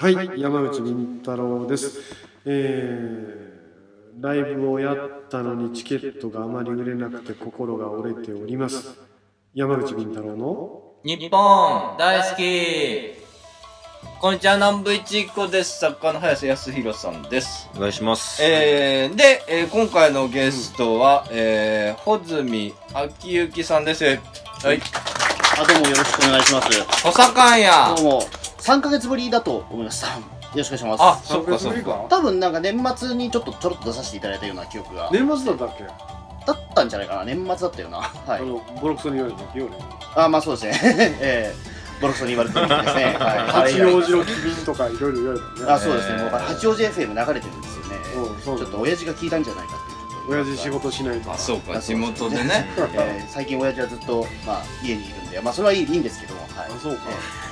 はい、山口倫太郎です。ライブをやったのにチケットがあまり売れなくて心が折れております。山口倫太郎の日本大好き。こんにちは、南部一彦です。作家の早瀬康弘さんです。 お願いします。 今回のゲストは、穂積昭之さんです。はい。 どうもよろしくお願いします。 補佐官や。 どうも3ヶ月ぶりだと思います。よろしくお願いします。 あ、そっかそっか。 多分なんか年末にちょっと出させていただいたような記憶が。 年末だったっけ？ だったんじゃないかな。年末だったよな。はい。 ボロクソに言われた時よね。 あ、まあそうですね。ボロクソに言われてるんですね。はい。 八王子の機敏とかいろいろ言われたね。 あ、そうですね。もう八王子 FM 流れてるんですよね。ちょっと親父が聞いたんじゃないかっていう。 親父仕事しないと。 あ、そうか、地元でね。 最近親父はずっと家にいるんで、それはいいんですけども。はい。 あ、そうか。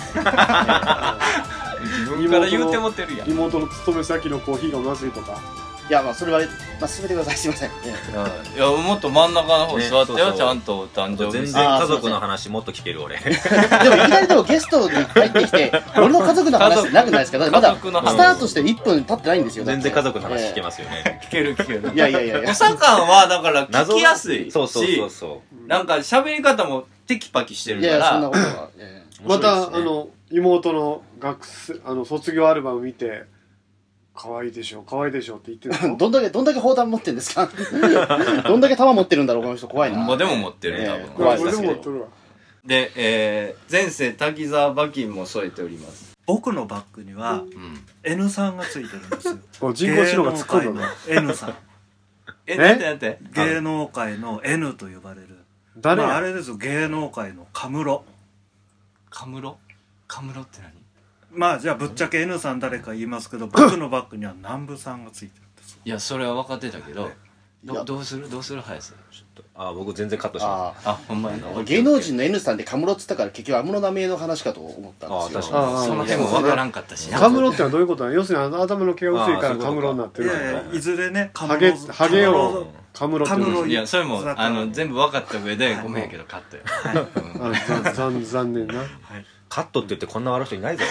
自分から言うてもってるやん。 妹の勤め先のコーヒーがまずいとか。 いや、それは進めてください。すいません。 いや、もっと真ん中の方座ってよ、ちゃんと誕生日。 全然家族の話もっと聞ける俺。 でもいきなりゲストに入ってきて俺の家族の話ってなくないですか？だってまだスタートして1分経ってないんですよ。 全然家族の話聞けますよね。 聞ける。 いや。補佐官はだから聞きやすいし、 そうなんか喋り方もテキパキしてるから。 いや、そんなことは。 また妹の卒業アルバム見て可愛いでしょって言ってるの。 どんだけ砲弾持ってるんですか？どんだけ弾持ってるんだろうこの人。怖いな。 まあでも持ってる、多分。 怖いですけど。 で、前世滝沢馬琴も添えております。 僕のバッグには N さんがついてるんですよ。 人工知能が突っ込んだの。 N さん。 なんて芸能界の N と呼ばれる。 誰？ あれですよ、芸能界のカムロ。 カムロって何？ じゃあぶっちゃけ N さん誰か言いますけど、僕のバッグには南部さんがついてるんです。 いや、それは分かってたけど、どうする早瀬。 僕全然カットします。 ほんまやな。 芸能人の N さんでカムロっつったから結局安室奈美恵の話かと思ったんですよ。 確かにその辺も分からんかったしな。 カムロってのはどういうことなの？要するに頭の毛が薄いからカムロになってる。 いやいずれね、 ハゲをカムロって言う。 いや、それも全部分かった上でごめんやけどカットよ。 残念な。 カットって言ってこんな笑う人いないぞ。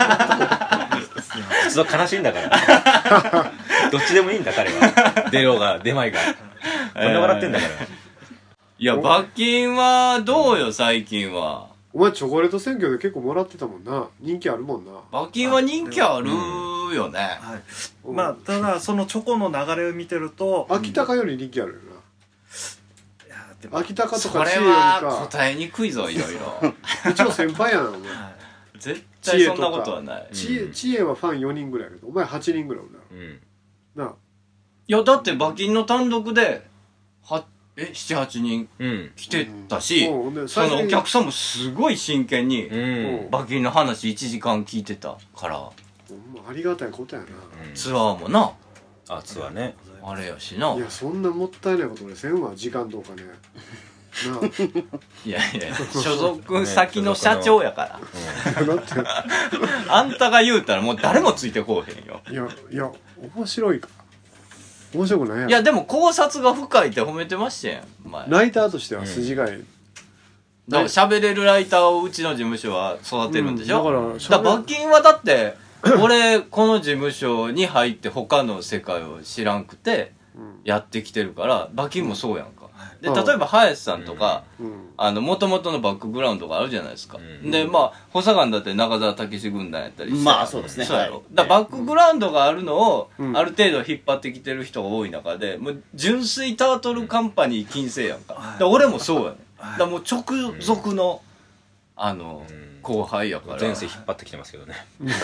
普通は悲しいんだから。どっちでもいいんだ彼は。出ようが出まいが。こんな笑ってんだから。 いや、馬琴はどうよ最近は。 お前チョコレート選挙で結構もらってたもんな。人気あるもんな。 馬琴は人気あるよね。 はい。ただそのチョコの流れを見てると、 秋高より人気あるよな。秋高とかそれ知恵よりはか答えにくいぞ、いろいろ。 一応先輩やなお前。 絶対そんなことはない。 知恵はファン4人ぐらいやけどお前8人ぐらいおるな。なあ。 いやだって馬琴の単独で7、8人来てたし、そのお客さんもすごい真剣に馬琴の話1時間聞いてたから。 ありがたいことやな。 ツアーもな。 ツアーね。 あれやしな。 いやそんなもったいないこと俺せんわ。時間とかね。 いや所属先の社長やからあんたが言うたらもう誰もついてこうへんよ。 いや面白いか面白くないやん。 いやでも考察が深いって褒めてましたやん前。 ライターとしては筋がいい。 だから喋れるライターをうちの事務所は育てるんでしょ。だから馬琴はだって俺この事務所に入って他の世界を知らんくてやってきてるから馬琴もそうやんか。で例えば林さんとか元々のバックグラウンドがあるじゃないですか。で補佐官だって中澤武史軍団やったりして。 そうですね。 そうやろ。だからバックグラウンドがあるのをある程度引っ張ってきてる人が多い中でもう純粋タートルカンパニー金星やんか。俺もそうやね。だからもう直属の後輩やから前世引っ張ってきてますけどね。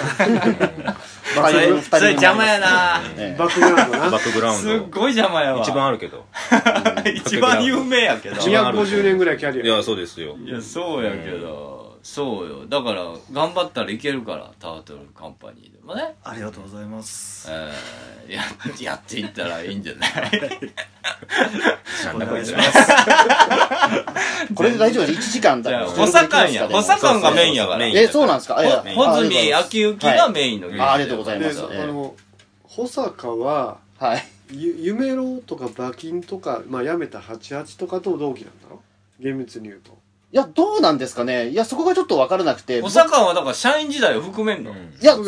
それ邪魔やな。 バックグラウンドな。 バックグラウンドすっごい邪魔やわ。 一番あるけど。 一番有名やけど。 250年ぐらいキャリア。 いやそうですよ。 いやそうやけど、そうよ。だから頑張ったらいけるからタートルカンパニーでもね。 ありがとうございます。 やっていったらいいんじゃない？ なんだこいつ。 これで大丈夫です？1時間だ。 補佐官や。補佐官がメインやから。 そうなんですか？ 穂積昭之がメインのゲスト。 ありがとうございます。 保坂は夢郎とか馬琴とかやめた88とかと同期なんだろ？厳密に言うと。 いやどうなんですかね。いやそこがちょっと分からなくて。 補佐官はだから社員時代を含めんの？ いや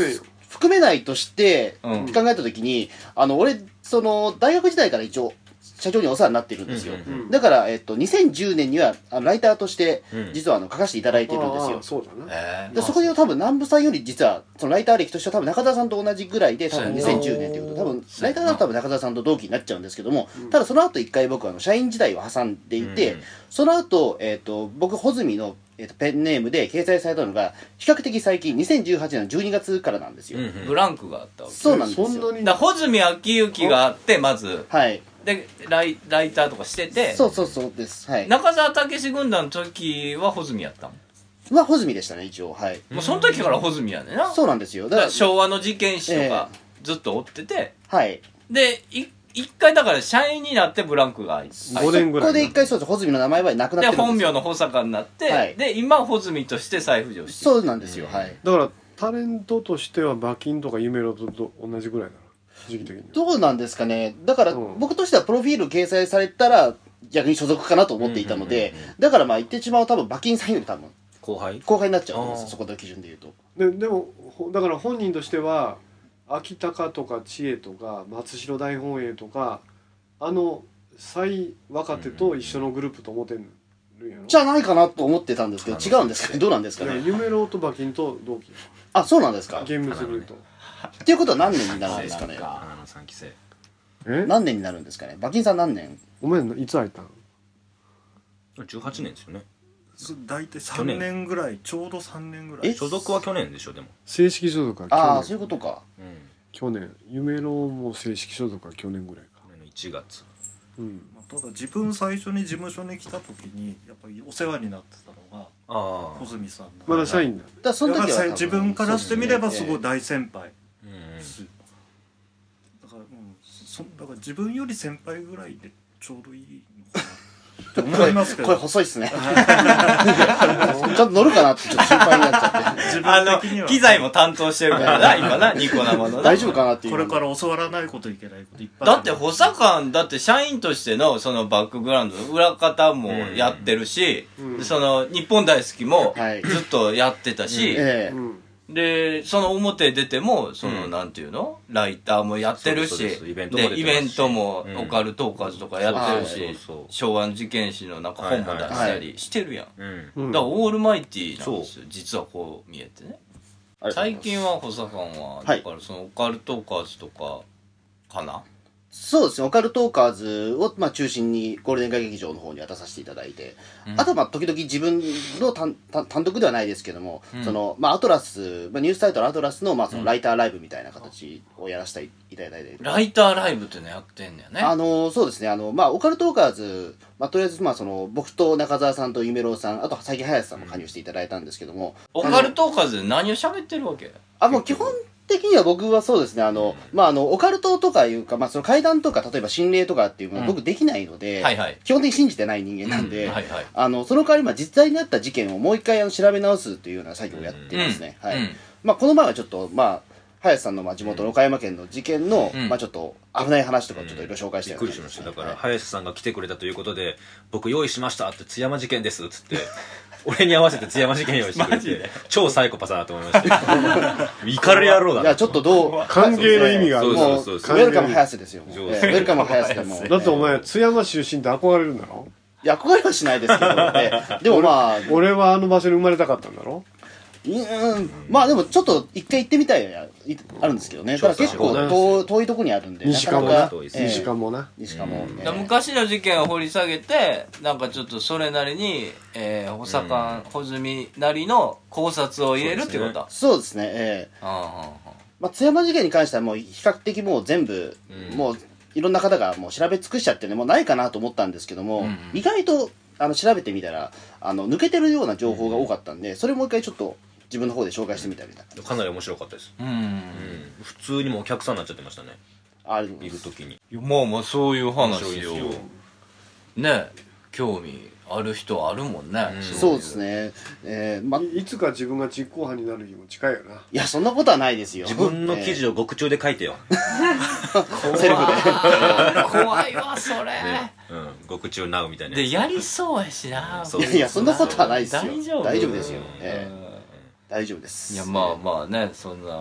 含めないとしてうん考えた時に、俺その大学時代から一応社長にお世話になってるんですよ、だから、2010年にはライターとして実は書かせていただいてるんですよ、 そうだな。 でそこで多分南部さんより実はそのライター歴としては多分中澤さんと同じぐらいで多分2010年ということで多分ライターだと多分中澤さんと同期になっちゃうんですけども、ただその後一回僕は社員時代を挟んでいて、その後、僕穂積の、ペンネームで掲載されたのが比較的最近2018年の12月からなんですよ、 ブランクがあったわけ。 そうなんですよ。 そんなにだから穂積昭之があってまずはいでライターとかしてて、 そうです。はい。 中澤武史軍団の時は穂積やったの。 は穂積でしたね一応。はい。 もうその時から穂積やねんな。 そうなんですよ。 だから昭和の事件史とかずっと追ってて、 はい。 で一回だから社員になってブランクが開いて、 5年ぐらい。 ここで一回そうです。穂積の名前はなくなってるんですよ。 で本名の保坂になって、 はいで今穂積として再浮上してそうなんですよ。はい。 だからタレントとしては馬琴とか夢ロと同じぐらいなの、時期的には。 どうなんですかね。だから僕としてはプロフィール掲載されたら逆に所属かなと思っていたので、だからまあ言ってしまう多分馬琴さんより多分後輩になっちゃうんです。そこの基準で言うと。 でもだから本人としては秋高とか知恵とか松代大本営とか最若手と一緒のグループと思ってるんやろ。 じゃないかなと思ってたんですけど、違うんですかね。どうなんですかね。 夢ロと馬琴と同期。 あ、そうなんですか。 厳密に言うと。 っていうことは何年になるんですかね。 花の3期生。 何年になるんですかね。馬琴さん何年？ お前いつ入ったん 18年ですよね。 大体3年ぐらい、ちょうど3年ぐらい。 所属は去年でしょ、でも。 正式所属はああ、そういうことか。 去年。夢ロも正式所属は去年ぐらいか。 去年の1月。 ただ自分最初に事務所に来た時にやっぱりお世話になってたのが穂積さんまだ社員だ。 だからその時は自分からしてみればすごい大先輩です。だから自分より先輩ぐらいでちょうどいいのかなって思いますけど。 これ細いっすね。ちゃんと乗るかなってちょっと心配になっちゃって。 機材も担当してるからな、今な、ニコ生の。 大丈夫かなっていう。 これから教わらないこといけないこといっぱい。 だって補佐官、だって社員としてのそのバックグラウンド、裏方もやってるし、その日本大好きもずっとやってたし、で、その表出ても、その、なんていうのライターもやってるし、 イベントもオカルトーカーズとかやってるし、昭和の事件史のなんか本も出したりしてるやん。だからオールマイティーなんですよ、実はこう見えてね。最近は補佐官は、だからそのオカルトーカーズとか、かなそうですね、オカルトーカーズを中心にゴールデン街劇場の方に渡させていただいて、あとは時々自分の単独ではないですけども、そのアトラス、ニュースサイトのアトラスのそのライターライブみたいな形をやらせていただいて、 ライターライブってのやってんだよね。 そうですね、オカルトーカーズ、とりあえずその僕と中澤さんと夢郎さん、あと最近林さんも加入していただいたんですけども、 オカルトーカーズで何を喋ってるわけ？ もう基本的には僕はそうですね、オカルトとかいうか、その怪談とか、例えば心霊とかっていうのは僕できないので、基本的に信じてない人間なんで、その代わり実在にあった事件をもう一回調べ直すというような作業をやってますね。はい。この前はちょっと、林さんの地元の岡山県の事件の、ちょっと危ない話とかをちょっといろいろ紹介してびっくりしました。だから、林さんが来てくれたということで、僕用意しましたって津山事件ですっつって、俺に合わせて津山事件用意してくれて、超サイコパスだなと思いました。イカれ野郎だな。 いや、ちょっとどう、 歓迎の意味がある。 ウェルカム林ですよ。ウェルカム林でも。 だってお前、津山出身って憧れるんだろ？ いや、憧れはしないですけど、でも俺はあの場所に生まれたかったんだろ？ でもちょっと一回行ってみたいあるんですけどね。ただ結構遠いとこにあるんで。 西賀もな。西賀もな。 昔の事件を掘り下げて、なんかちょっとそれなりに、補佐官、穂積なりの考察を入れるってこと？ そうですね。津山事件に関してはもう比較的もう全部、もういろんな方がもう調べ尽くしちゃってね、もうないかなと思ったんですけども、意外と調べてみたら抜けてるような情報が多かったんで、それもう一回ちょっと自分の方で紹介してみたみたいな。 かなり面白かったです。普通にもうお客さんになっちゃってましたね。いる時に。 まあそういう話よ。ね、興味ある人はあるもんね。 そうですね。 いつか自分が実行犯になる日も近いよな。 いや、そんなことはないですよ。 自分の記事を獄中で書いてよ。 セルフで。 怖いわ、それ。 獄中なうみたいな。 で、やりそうやしな。 いや、そんなことはないですよ。 大丈夫？ 大丈夫ですよ。大丈夫です。 いや、まあね、そんな、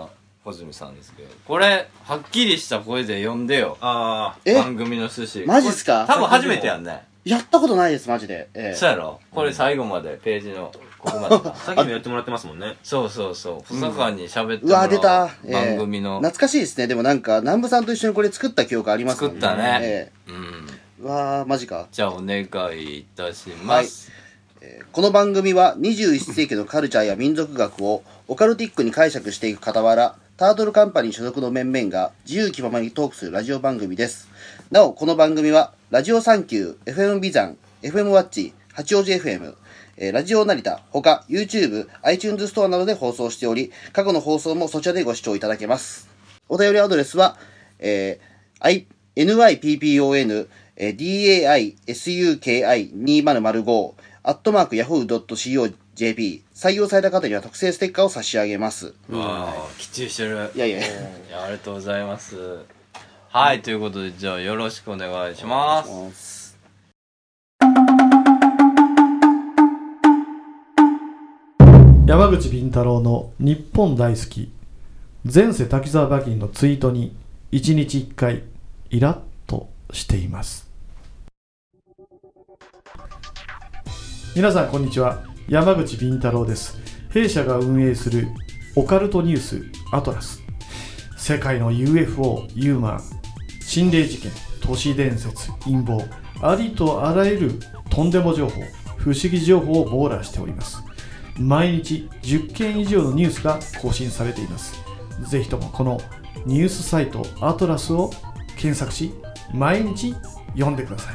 小泉さんですけど、これはっきりした声で読んでよ。番組の趣旨。 マジっすか？ 多分初めてやんね。 やったことないですマジで。 そうやろ。これ最後までページのここまで。 さっきもやってもらってますもんね。 そう補佐官に喋ってもらう出た番組の。 懐かしいですね。でもなんか南部さんと一緒にこれ作った記憶ありますもんね。 作ったね。 マジか。 じゃあお願いいたします。 この番組は21世紀のカルチャーや民族学をオカルティックに解釈していく傍ら、タートルカンパニー所属の面々が自由気ままにトークするラジオ番組です。なお、この番組はラジオサンキュー、FM ビザン、FM ワッチ、八王子 FM、ラジオ成田、他 YouTube、iTunes ストアなどで放送しており、過去の放送もそちらでご視聴いただけます。お便りアドレスは、nyppon daisuki2005 @yahoo.co.jp 採用された方には特製ステッカーを差し上げます。 わあ、きっちりしてる。 いやありがとうございます。はい、ということでじゃあよろしくお願いします。 山口敏太郎の日本大好き前世滝沢馬琴のツイートに1日1回イラッとしています。皆さんこんにちは、山口敏太郎です。弊社が運営するオカルトニュースアトラス、世界の UFO、ユーマー、心霊事件、都市伝説、陰謀、ありとあらゆるとんでも情報、不思議情報を網羅しております。毎日10件以上のニュースが更新されています。ぜひともこのニュースサイトアトラスを検索し、毎日読んでください。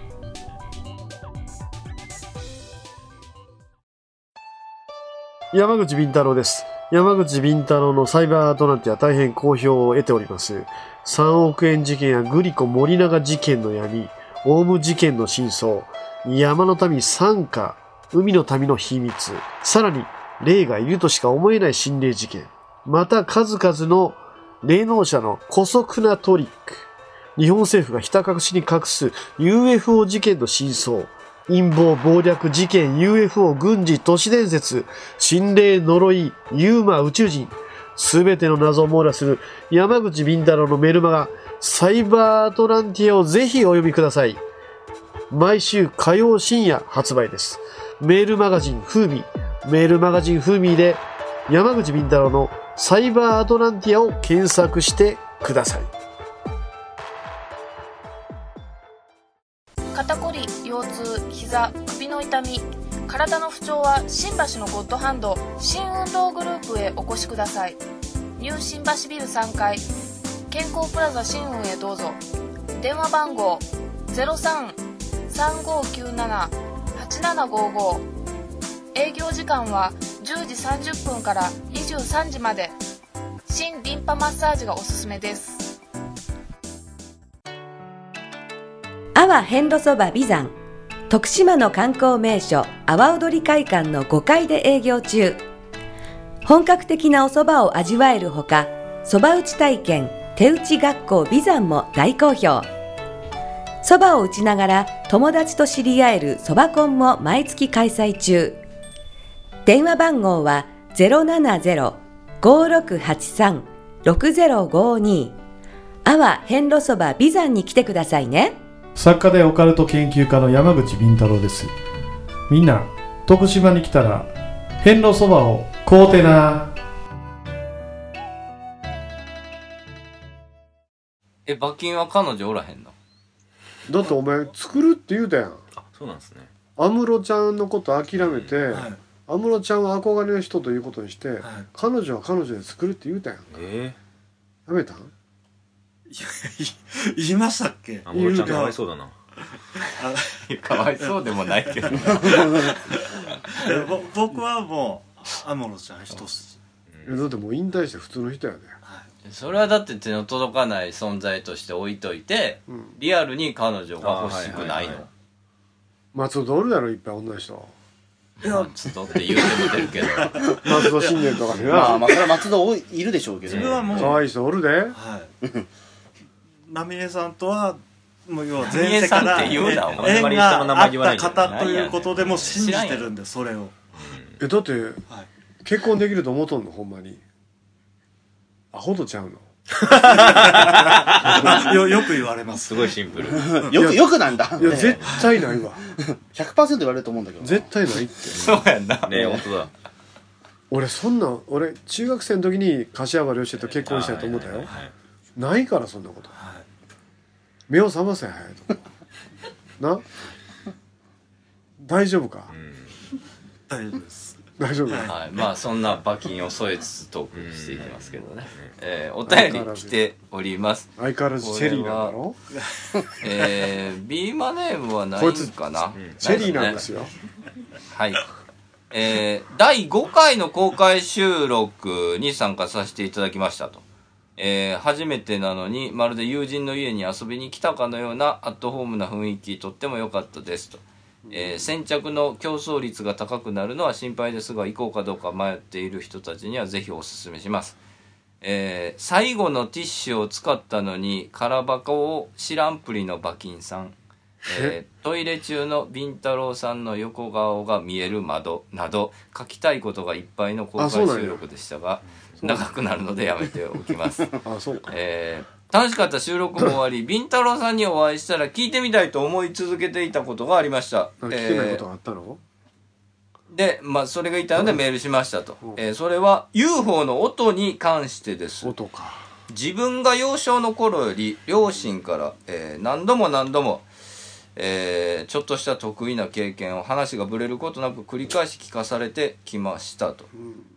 山口敏太郎です。山口敏太郎のサイバーアトランティア大変好評を得ております。3億円事件やグリコ森永事件の闇、オウム事件の真相、山の民惨禍、海の民の秘密、さらに霊がいるとしか思えない心霊事件、また数々の霊能者の姑息なトリック、日本政府がひた隠しに隠す UFO 事件の真相、陰謀、暴略、事件、UFO、軍事、都市伝説、心霊、呪い、ユーマ、宇宙人、すべての謎を網羅する山口敏太郎のメルマガ、サイバーアトランティアをぜひお読みください。毎週火曜深夜発売です。メールマガジンフーミー、メールマガジンフーミーで山口敏太郎のサイバーアトランティアを検索してください。 肩こり、腰痛、膝、首の痛み、体の不調は新橋のゴッドハンド新運動グループへお越しください。ニュー新橋ビル3階健康プラザ新運へどうぞ。電話番号 03-3597-8755、営業時間は10時30分から23時まで。新リンパマッサージがおすすめです。 阿波遍路そば美山、徳島の観光名所阿波踊り会館の5階で営業中。本格的なお蕎麦を味わえるほか、蕎麦打ち体験、手打ち学校美山も大好評。蕎麦を打ちながら友達と知り合える蕎麦コンも毎月開催中。電話番号は 070-5683-6052。阿波遍路そば美山に来てくださいね。 作家でオカルト研究家の山口敏太郎です。みんな徳島に来たら遍路そばを買うてな。 馬琴は彼女おらへんの？ だってお前作るって言うたやん。 あ、そうなんですね。 安室ちゃんのこと諦めて、安室ちゃんは憧れの人ということにして、彼女は彼女で作るって言うたやん。やめたん？ 言いましたっけ？ 安室ちゃんかわいそうだな。 かわいそうでもないけど僕はもう安室ちゃん一筋。 だってもう引退して普通の人やで。 それはだって手の届かない存在として置いといて、リアルに彼女が欲しくないの。 松戸おるやろ、いっぱい女の人。 松戸って言うてみてるけど松戸信玄とかね。 まあそれは松戸いるでしょうけど、 それはもう可愛い人おるで。 浪江さんとはもう要は前世から縁があった方ということでも信じてるんで、それを。 だって結婚できると思うとんの、ほんまに。 アホとちゃうのよく言われます。 すごいシンプル。 よくなんだ。 いや絶対ないわ。 100% 言われると思うんだけど。 絶対ないって。 そうやんな。 ね、本当だ。 俺中学生の時に柏原芳恵と結婚したいと思ったよ。ないからそんなこと。目を覚ませ早いと。な。大丈夫か。 大丈夫です。 大丈夫。 はい、まあそんな馬琴を添えつつトークしていきますけどね。お便り来ております。 相変わらずチェリーなんだろ。 ビーマネームはないんかな。 チェリーなんですよ。 はい。第5回の公開収録に参加させていただきましたと。初めてなのにまるで友人の家に遊びに来たかのようなアットホームな雰囲気、とっても良かったですと。先着の競争率が高くなるのは心配ですが、行こうかどうか迷っている人たちにはぜひおすすめします。最後のティッシュを使ったのに空箱を知らんぷりの馬琴さん、トイレ中のビンタロウさんの横顔が見える窓など書きたいことがいっぱいの公開収録でしたが、長くなるのでやめておきます。 そうか。 楽しかった収録も終わり、ビンタロウさんにお会いしたら聞いてみたいと思い続けていたことがありました。 聞けないことがあったの？ で、まあそれが言いたいのでメールしましたと。それは UFO の音に関してです。 音か。 自分が幼少の頃より両親から、何度も、ちょっとした得意な経験を話がぶれることなく繰り返し聞かされてきましたと。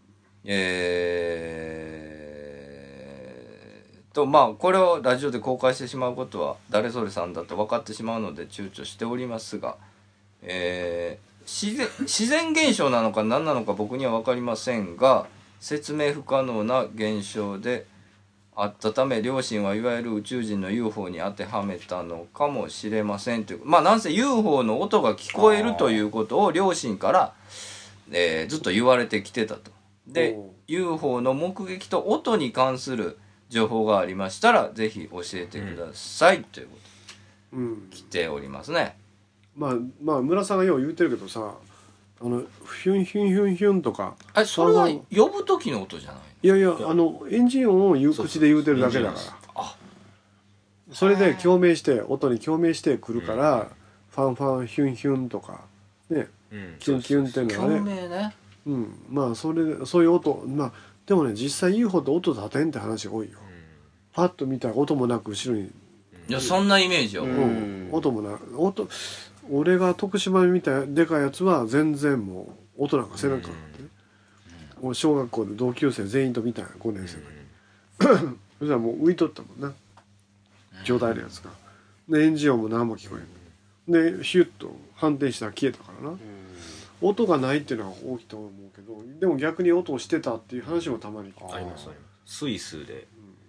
まあこれをラジオで公開してしまうことは誰それさんだと分かってしまうので躊躇しておりますが、自然現象なのか何なのか僕には分かりませんが、説明不可能な現象であったため両親はいわゆる宇宙人の UFO に当てはめたのかもしれませんという、まあなんせ UFO の音が聞こえるということを両親から、ずっと言われてきてたと。で UFO の目撃と音に関する情報がありましたらぜひ教えてください、ということで、来ておりますね。 まあ村さんがよう言うてるけどさ、ヒュンヒュンヒュンヒュンとか、 それは呼ぶ時の音じゃない？ いやエンジン音を口で言うてるだけだから。それで音に共鳴してくるから、ファンファンヒュンヒュンとかね、キュンキュンっていうのはね。 共鳴ね。 まあそういう音、まあでもね実際 UFO って音立てんって話が多いよ。パッと見たら音もなく後ろに。 いやそんなイメージよ。 音もな俺が徳島に見たでかいやつは全然もう音なんかせなかったね。もう小学校で同級生全員と見たんや5年生の時。そしたらもう浮いとったもんな、状態のやつが。でエンジン音も何も聞こえんでヒュッと反転したら消えたからな。音がないっていうのは大きいと思うけど、でも逆に音をしてたっていう話もたまにあります。スイスで、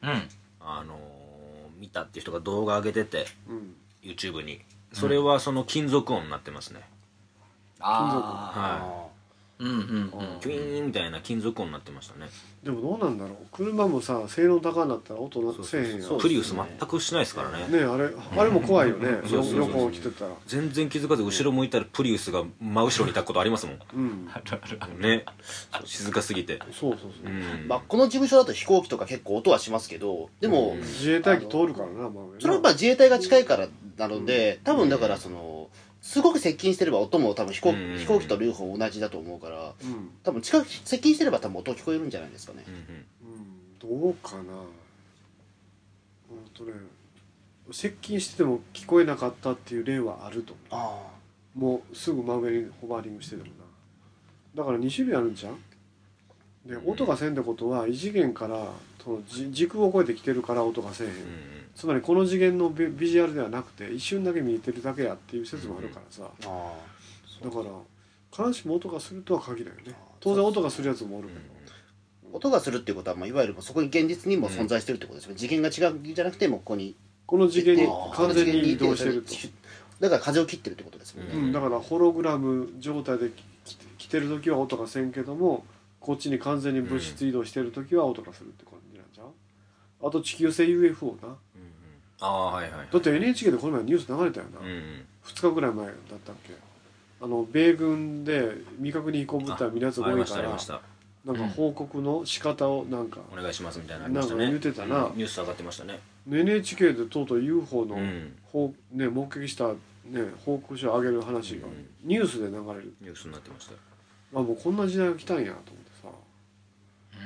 見たっていう人が動画上げてて、YouTube にそれはその金属音になってますね。キュイーンみたいな金属音になってましたね。 でもどうなんだろう、車もさ性能高くなったら音せえへんやん。 プリウス全くしないですからね。 あれも怖いよね。横来てたら全然気づかず後ろ向いたらプリウスが真後ろにいたことありますもん。ね、静かすぎて。 そうまあこの事務所だと飛行機とか結構音はしますけど、でも自衛隊機通るからな。 それは自衛隊が近いからなので、多分だからすごく接近してれば音も多分飛行機と両方同じだと思うから、多分接近してれば多分音聞こえるんじゃないですかね。 どうかな。接近してても聞こえなかったっていう例はあると思う。もうすぐ真上にホバーリングしてるもんな。だから2種類あるんじゃん。で音がせんってことは異次元から時空を超えてきてるから音がせえへん。つまりこの次元のビジュアルではなくて一瞬だけ見えてるだけやっていう説もあるからさ。だから必ずしも音がするとは限らないよね。当然音がするやつもおるけど。 音がするっていうことは、いわゆるそこに現実にも存在してるってことですよね。次元が違うじゃなくてもこの次元に完全に移動してると。 だから風を切ってるってことですもんね。 だからホログラム状態で来てる時は音がせんけども、こっちに完全に物質移動してる時は音がするって感じなんじゃん。あと地球製 UFO な。だって NHK でこの前ニュース流れたよな。2日ぐらい前だったっけ。米軍で未確認飛行物体を見るやつが多いから、 なんか報告の仕方をなんか、 お願いしますみたいなのありましたね。 なんか言ってたな、 ニュース上がってましたね。 NHK でとうとう UFO の、ね、目撃した、ね、報告書を上げる話がニュースで流れる、 ニュースになってました。 あ、もうこんな時代が来たんやと思ってさ、いや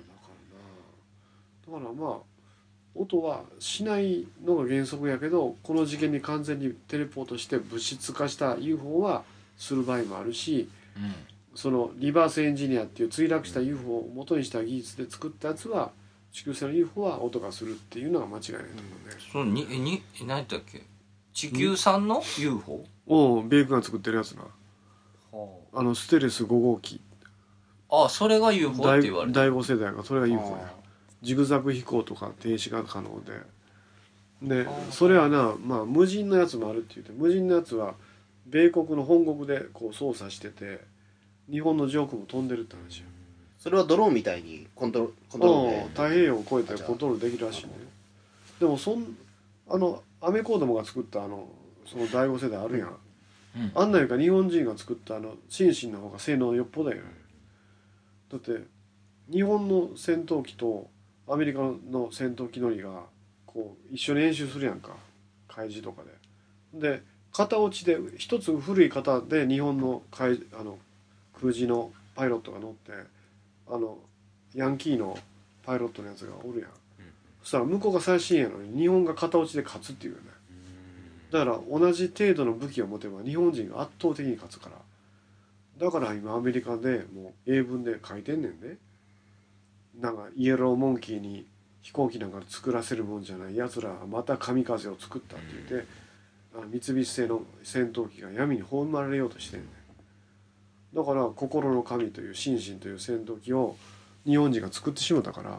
だからまあ音はしないのが原則やけど、この事件に完全にテレポートして物質化した UFO はする場合もあるし、そのリバースエンジニアっていう墜落した UFO を元にした技術で作ったやつは、地球製の UFO は音がするっていうのが間違いないと思うね。 その何だっけ、地球産の UFO？ 米軍が作ってるやつな、ステルス5号機、 それが UFO って言われてる。 第5世代がそれが UFO や。ジグザグ飛行とか停止が可能で、それはな、まあ無人のやつもあるって言って、無人のやつは米国の本国でこう操作してて、日本の上空も飛んでるって話や。 それはドローンみたいにコントロールで太平洋を越えてコントロールできるらしいね。でもアメコードモが作ったその第5世代あるやん、あんなんいうか日本人が作ったシンシンの方が性能よっぽどやん。だって日本の戦闘機とアメリカの戦闘機乗りがこう一緒に演習するやんか、海事とかで。で型落ちで一つ古い型で日本の空自のパイロットが乗って、ヤンキーのパイロットのやつがおるやん、そしたら向こうが最新やのに日本が型落ちで勝つっていうよね。だから同じ程度の武器を持てば日本人が圧倒的に勝つから。だから今アメリカでもう英文で書いてんねんね。なんかイエローモンキーに飛行機なんか作らせるもんじゃない、やつらはまた神風を作ったって言って、三菱製の戦闘機が闇に葬られようとしてんねん。だから心の神というシンシンという戦闘機を日本人が作ってしまったから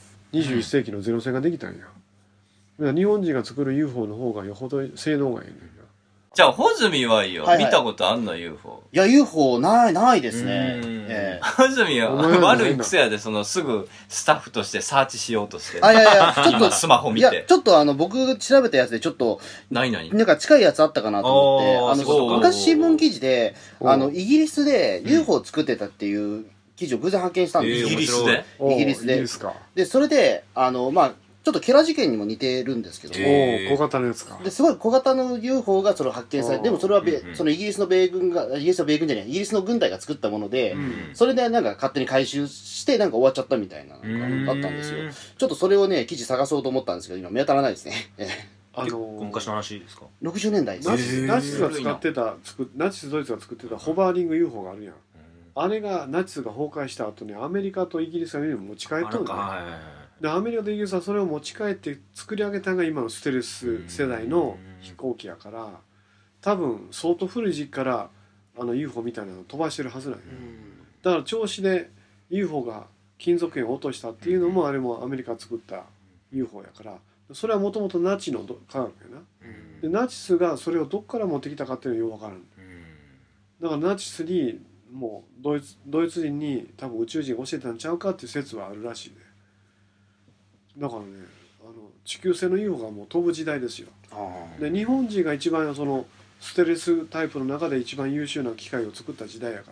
21世紀のゼロ戦ができたんや。だから日本人が作る UFO の方がよほど性能がいいねんや。 じゃあ穂積はいいよ、見たことあんの UFO？ いや UFO ないですね。 穂積は悪い癖やで、すぐスタッフとしてサーチしようとして。 いやちょっとスマホ見て。 いやちょっと僕調べたやつでちょっとなんか近いやつあったかなと思って、昔新聞記事でイギリスで UFO を作ってたっていう記事を偶然発見したんですよ。 イギリスで。 イギリスで。でそれでまあちょっとケラ事件にも似てるんですけども、小型のやつか。 ですごい小型の UFO が発見されて、でもそれはそのイギリスの米軍が、イギリスの米軍じゃない、イギリスの軍隊が作ったもので、それでなんか勝手に回収してなんか終わっちゃったみたいなのがあったんですよ。ちょっとそれをね、記事探そうと思ったんですけど、今見当たらないですね。 昔の話ですか ？60年代です。 ナチスドイツが作ってたホバーリング UFO があるやん。あれがナチスが崩壊した後にアメリカとイギリスが持ち帰ったんだよ。でアメリカとイギリスはそれを持ち帰って作り上げたのが今のステルス世代の飛行機やから、多分相当古い時期から UFO みたいなのを飛ばしてるはずなんよ。だから銚子で UFO が金属片を落としたっていうのもあれもアメリカが作った UFO やから、それはもともとナチの科学やな。でナチスがそれをどっから持ってきたかっていうのはよく分からん。だからナチスにもうドイツ人に多分宇宙人が教えたんちゃうかっていう説はあるらしいね。だからね、地球製の UFO がもう飛ぶ時代ですよ。で日本人が一番そのステルスタイプの中で一番優秀な機械を作った時代やから、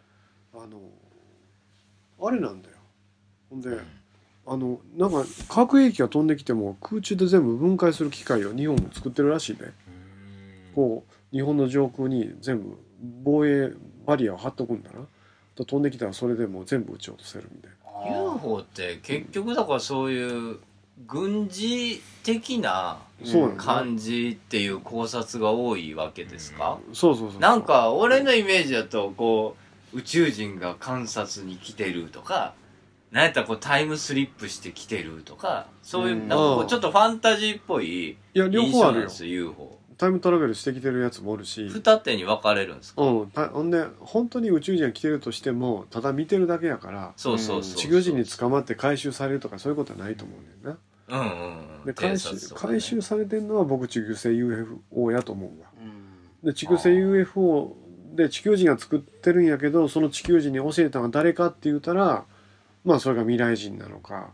あれなんだよ。ほんでなんか核兵器が飛んできても空中で全部分解する機械を日本も作ってるらしいね。こう日本の上空に全部防衛バリアを張っとくんだな。と飛んできたらそれでもう全部撃ち落とせるみたいな。 UFO って結局だからそういう軍事的な感じっていう考察が多いわけですか？ そうなんか俺のイメージだとこう宇宙人が観察に来てるとか、なんやったらこうタイムスリップして来てるとか、そういうなんかこうちょっとファンタジーっぽい印象なんですよ UFO。 タイムトラベルしてきてるやつもおるし、 二手に分かれるんですか？ ほんで本当に宇宙人が来てるとしてもただ見てるだけやから、地球人に捕まって回収されるとかそういうことはないと思うねんな。で回収されてるのは僕地球製 UFO やと思うわ。で地球製 UFO で地球人が作ってるんやけど、その地球人に教えたのが誰かって言ったら、まあそれが未来人なのか。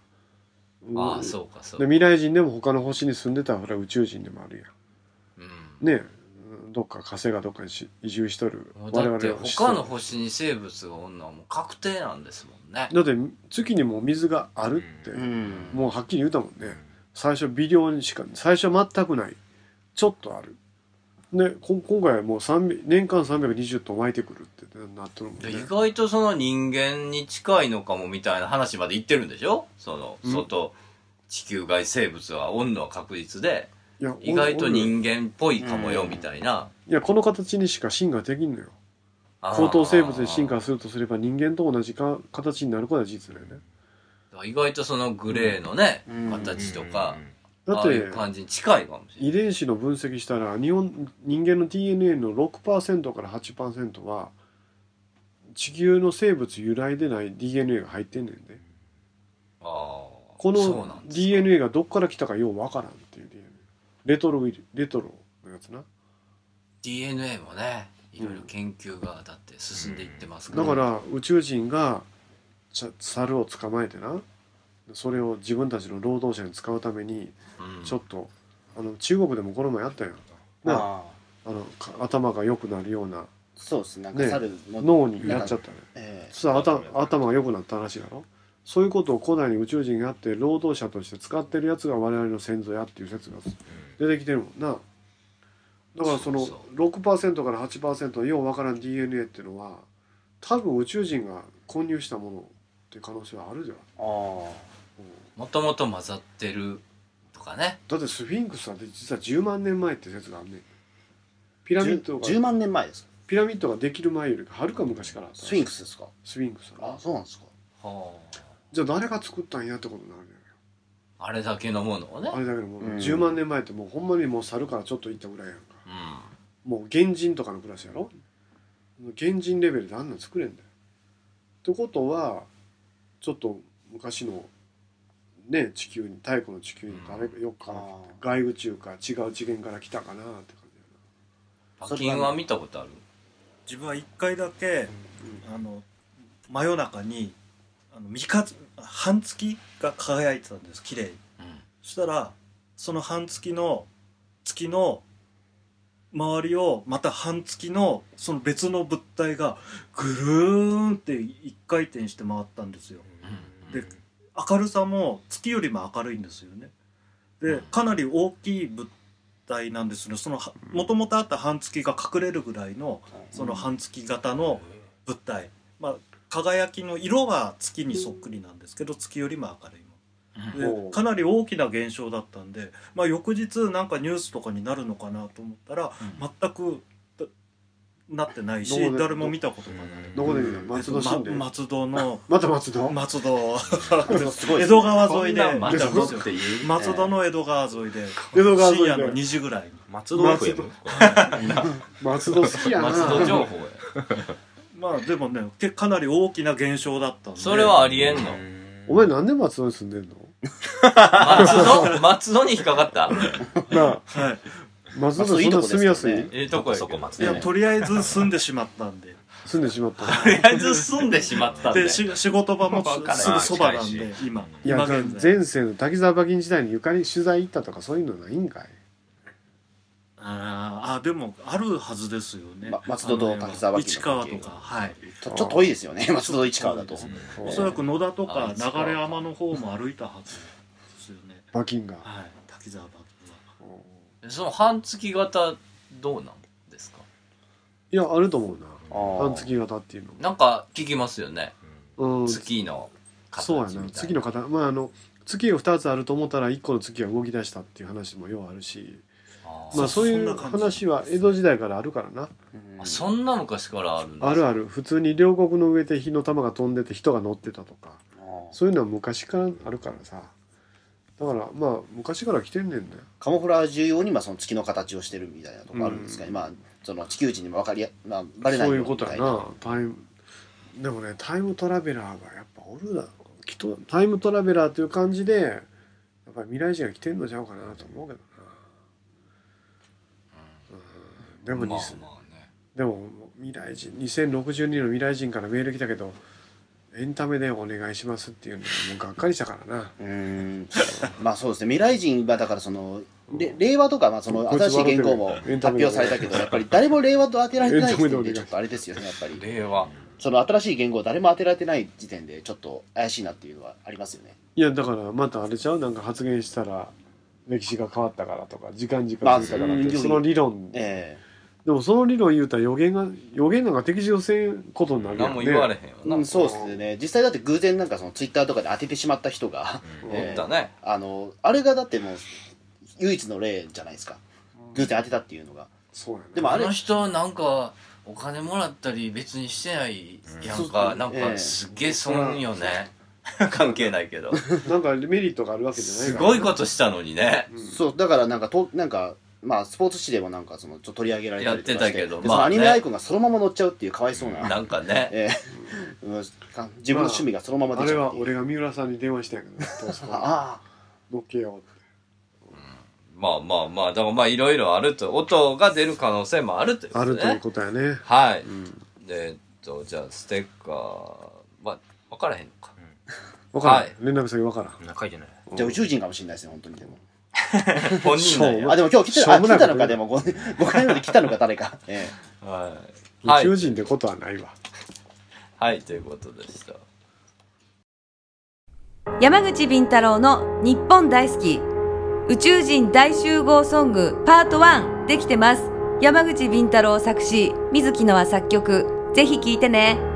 そうか。 で未来人でも他の星に住んでたら宇宙人でもあるやん。ね、 どっか火星がどっかに移住しとる我々はだって他の星に生物がおんのはもう確定なんですもんね。 だって月にも水があるってもうはっきり言うたもんね。最初微量にしか最初は全くない、ちょっとあるで今回はもう年間320トン湧いてくるってなっとるもんね。 意外とその人間に近いのかもみたいな話まで言ってるんでしょ。その外地球外生物はおんのは確実で意外と人間っぽいかもよみたいな。 いやこの形にしか進化できんのよ。高等生物に進化するとすれば人間と同じ形になることは事実だよね。 意外とそのグレーのね、形とかだってああいう感じに近いかもしれない。 遺伝子の分析したら人間の DNA の 6% から 8% は地球の生物由来でない DNA が入ってんねんで、この DNA がどっから来たかようわからんっていう DNA レトロのやつな。 DNA もねいろいろ研究がだって進んでいってますから、 だから宇宙人が猿を捕まえてな、それを自分たちの労働者に使うためにちょっと中国でもこの前あったよな、頭が良くなるような、 そうですね、なんか猿の脳にやっちゃったね、頭が良くなった話だろ。そういうことを古代に宇宙人がやって労働者として使ってるやつが我々の先祖やっていう説が出てきてるもんな。だからその 6% から 8% のようわからん DNA っていうのは多分宇宙人が混入したものっていう可能性はあるじゃん。 もともと混ざってるとかね。 だってスフィンクスは実は10万年前って説があんねん。ピラミッドが 10万年前ですか。 ピラミッドができる前よりはるか昔からあった。 スフィンクスですか。 スフィンクス。 あ、そうなんですか。 じゃあ誰が作ったんやってことになるよ。 あれだけのものをね。 あれだけのもの、10万年前ってもうほんまにもう猿からちょっといったぐらいやんか、もう原人とかの暮らしやろ。原人レベルであんなん作れんだよ。ってことはちょっと昔のね地球に太古の地球に誰かよく外宇宙か違う次元から来たかなって感じやな。パキンは見たことある？ 自分は1回だけ、真夜中に半月が輝いてたんです、綺麗に、そしたらその半月の月の周りをまた半月のその別の物体がぐるーんって一回転して回ったんですよ。で明るさも月よりも明るいんですよね。でかなり大きい物体なんですね。そのもともとあった半月が隠れるぐらいのその半月型の物体、輝きの色は月にそっくりなんですけど月よりも明るいもので、かなり大きな現象だったんで、翌日なんかニュースとかになるのかなと思ったら、全くなってないし誰も見たことがない。 どこで見るの？ 松戸のまた松戸江戸川沿いで松戸の江戸川沿いで深夜の2時ぐらいに松戸 FM 松戸好きやな。 松戸情報や。 でもねかなり大きな現象だったんで。 それはありえんの？ お前なんで松戸に住んでんの？ 松戸に引っかかったなあ、松戸そんな住みやすい？ いやとりあえず住んでしまったんで。 とりあえず住んでしまったんで。 仕事場もすぐそばなんで今。 いや前世の滝沢馬琴時代にゆかり取材行ったとかそういうのないんかい？ でもあるはずですよね。 松戸と滝沢馬琴市川とか、 ちょっと遠いですよね、松戸と市川だと。 おそらく野田とか流山の方も歩いたはずですよね。 馬琴が。 滝沢馬琴は。その半月型どうなんですか？ いやあると思うな。半月型っていうの。 なんか聞きますよね。月の形みたいな。 そうやな。月の形、月が2つあると思ったら1個の月が動き出したっていう話もようあるし。そういう話は江戸時代からあるからな。 そんな昔からあるんですか？ あるある。普通に両国の上で火の玉が飛んでて人が乗ってたとか、そういうのは昔からあるからさ。だから昔から来てんねんだよ。 カモフラージュ用にその月の形をしてるみたいなとこあるんですかね。その地球人にもバレないそういうことやな。でもねタイムトラベラーがやっぱおるだろう。きっとタイムトラベラーという感じでやっぱり未来人が来てんのちゃうかなと思うけどな。でも未来人2062の未来人からメール来たけどエンタメでお願いしますっていうのはもうがっかりしたからな。 まあそうですね、未来人はだからその令和とか、まあその新しい原稿も発表されたけど、やっぱり誰も令和と当てられてない時点でちょっとあれですよね、やっぱり。 令和。 その新しい言語を誰も当てられてない時点でちょっと怪しいなっていうのはありますよね。 いやだからまたあれちゃう、なんか発言したら歴史が変わったからとか時間過ぎたからって、その理論、でもその理論言うたら予言なんか適用せんことになるやんね。 何も言われへんよな。 そうですね。実際だって偶然なんかそのツイッターとかで当ててしまった人が、あれがだってもう唯一の例じゃないですか。偶然当てたっていうのが。 そうやね。 でもあの人なんかお金もらったり別にしてないやんか、なんかすげえ損よね。関係ないけど。 なんかメリットがあるわけじゃないから。 すごいことしたのにね。 そうだからなんかまあスポーツ紙でもなんかそのちょっと取り上げられたりとかして、 やってたけど、 まあアニメアイコンがそのまま載っちゃうっていうかわいそうな。 なんかね。 自分の趣味がそのまま出ちゃう。 あれは俺が三浦さんに電話したんやけど、ああ乗っけようって。 まあだからまあいろいろあると、音が出る可能性もあるということね。 あるということやね。 はい。でじゃあステッカーまあ分からへんのか。 分からん。連絡先分からん。 書いてない。 じゃあ宇宙人かもしれないですね、本当に。でも本人なんや。 でも今日来たのか、でも5回まで来たのか誰か。 宇宙人ってことはないわ。 はいということでした。 山口敏太郎の日本大好き宇宙人大集合ソングパート1できてます。山口敏太郎作詞、水木のは作曲。ぜひ聴いてね。